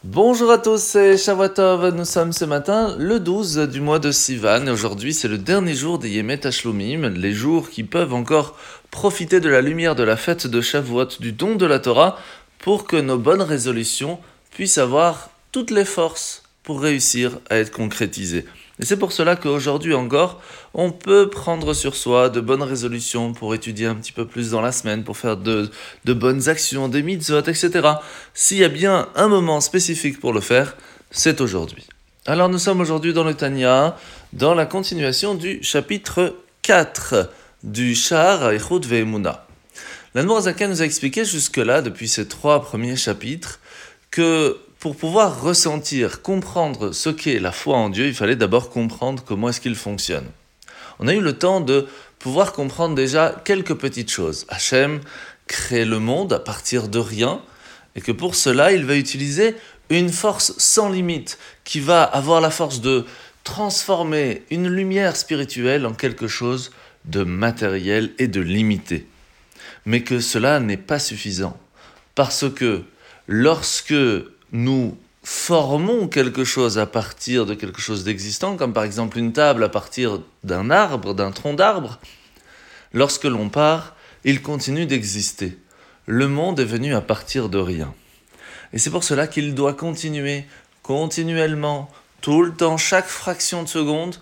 Bonjour à tous, c'est Shavuot. Nous sommes ce matin le 12 du mois de Sivan et aujourd'hui c'est le dernier jour des Yemet Tashlumim, les jours qui peuvent encore profiter de la lumière de la fête de Shavuot, du don de la Torah, pour que nos bonnes résolutions puissent avoir toutes les forces pour réussir à être concrétisées. Et c'est pour cela qu'aujourd'hui encore, on peut prendre sur soi de bonnes résolutions pour étudier un petit peu plus dans la semaine, pour faire de bonnes actions, des mitzvot, etc. S'il y a bien un moment spécifique pour le faire, c'est aujourd'hui. Alors nous sommes aujourd'hui dans le Tanya, dans la continuation du chapitre 4 du Sha'ar Ha'echut Ve'emuna. L'Admor HaZaken nous a expliqué jusque-là, depuis ces 3 premiers chapitres, que pour pouvoir ressentir, comprendre ce qu'est la foi en Dieu, il fallait d'abord comprendre comment est-ce qu'il fonctionne. On a eu le temps de pouvoir comprendre déjà quelques petites choses. Hachem crée le monde à partir de rien, et que pour cela, il va utiliser une force sans limite, qui va avoir la force de transformer une lumière spirituelle en quelque chose de matériel et de limité. Mais que cela n'est pas suffisant, parce que lorsque nous formons quelque chose à partir de quelque chose d'existant, comme par exemple une table à partir d'un arbre, d'un tronc d'arbre, lorsque l'on part, il continue d'exister. Le monde est venu à partir de rien. Et c'est pour cela qu'il doit continuer, continuellement, tout le temps, chaque fraction de seconde,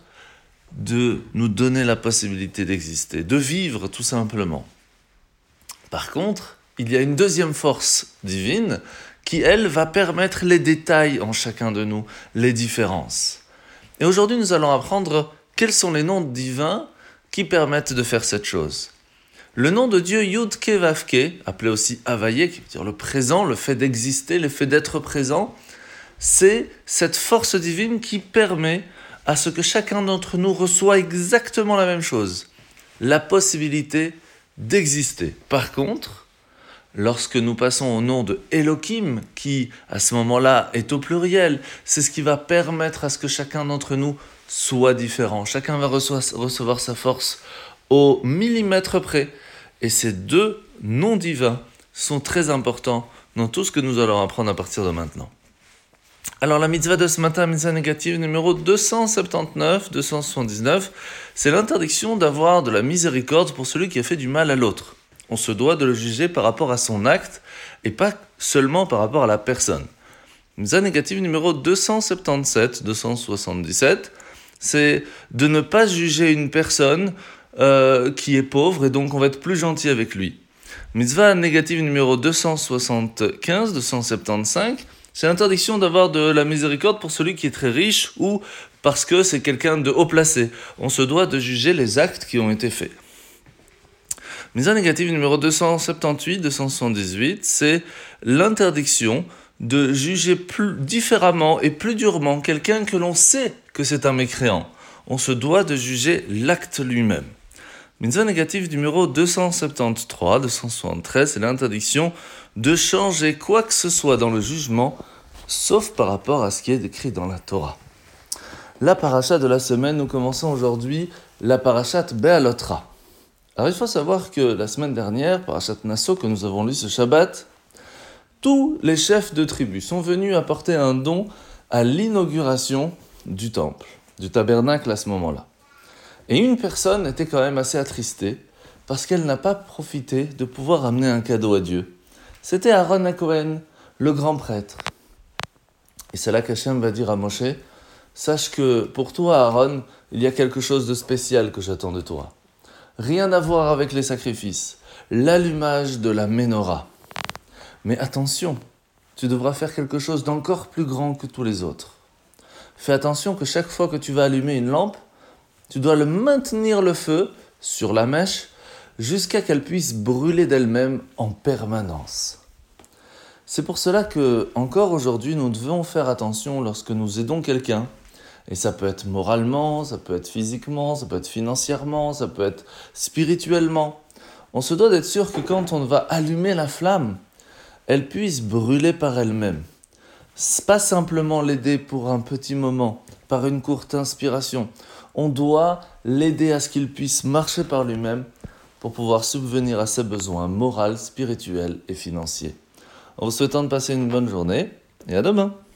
de nous donner la possibilité d'exister, de vivre tout simplement. Par contre, il y a une deuxième force divine qui, elle, va permettre les détails en chacun de nous, les différences. Et aujourd'hui, nous allons apprendre quels sont les noms divins qui permettent de faire cette chose. Le nom de Dieu Yud-Ke Vav-Ke, appelé aussi Havaye, qui veut dire le présent, le fait d'exister, le fait d'être présent, c'est cette force divine qui permet à ce que chacun d'entre nous reçoit exactement la même chose, la possibilité d'exister. Par contre, lorsque nous passons au nom de Elohim, qui à ce moment-là est au pluriel, c'est ce qui va permettre à ce que chacun d'entre nous soit différent. Chacun va recevoir sa force au millimètre près. Et ces deux noms divins sont très importants dans tout ce que nous allons apprendre à partir de maintenant. Alors la mitzvah de ce matin, mitzvah négative numéro 279, c'est l'interdiction d'avoir de la miséricorde pour celui qui a fait du mal à l'autre. On se doit de le juger par rapport à son acte et pas seulement par rapport à la personne. Mitzvah négative numéro 277, c'est de ne pas juger une personne qui est pauvre et donc on va être plus gentil avec lui. Mitzvah négative numéro 275, c'est l'interdiction d'avoir de la miséricorde pour celui qui est très riche ou parce que c'est quelqu'un de haut placé. On se doit de juger les actes qui ont été faits. Mitzvah négative numéro 278, c'est l'interdiction de juger plus différemment et plus durement quelqu'un que l'on sait que c'est un mécréant. On se doit de juger l'acte lui-même. Mitzvah négative numéro 273, c'est l'interdiction de changer quoi que ce soit dans le jugement, sauf par rapport à ce qui est écrit dans la Torah. La paracha de la semaine, nous commençons aujourd'hui la parachat Be'alotra. Alors il faut savoir que la semaine dernière, parachat Nasso, que nous avons lu ce Shabbat, tous les chefs de tribus sont venus apporter un don à l'inauguration du temple, du tabernacle à ce moment-là. Et une personne était quand même assez attristée parce qu'elle n'a pas profité de pouvoir amener un cadeau à Dieu. C'était Aaron HaKohen, le grand prêtre. Et c'est là qu'Hachem va dire à Moshe, sache que pour toi Aaron, il y a quelque chose de spécial que j'attends de toi. Rien à voir avec les sacrifices, l'allumage de la menorah. Mais attention, tu devras faire quelque chose d'encore plus grand que tous les autres. Fais attention que chaque fois que tu vas allumer une lampe, tu dois le maintenir le feu sur la mèche jusqu'à qu'elle puisse brûler d'elle-même en permanence. C'est pour cela que, encore aujourd'hui, nous devons faire attention lorsque nous aidons quelqu'un. Et ça peut être moralement, ça peut être physiquement, ça peut être financièrement, ça peut être spirituellement. On se doit d'être sûr que quand on va allumer la flamme, elle puisse brûler par elle-même. Pas simplement l'aider pour un petit moment, par une courte inspiration. On doit l'aider à ce qu'il puisse marcher par lui-même pour pouvoir subvenir à ses besoins moraux, spirituels et financiers. En vous souhaitant de passer une bonne journée et à demain.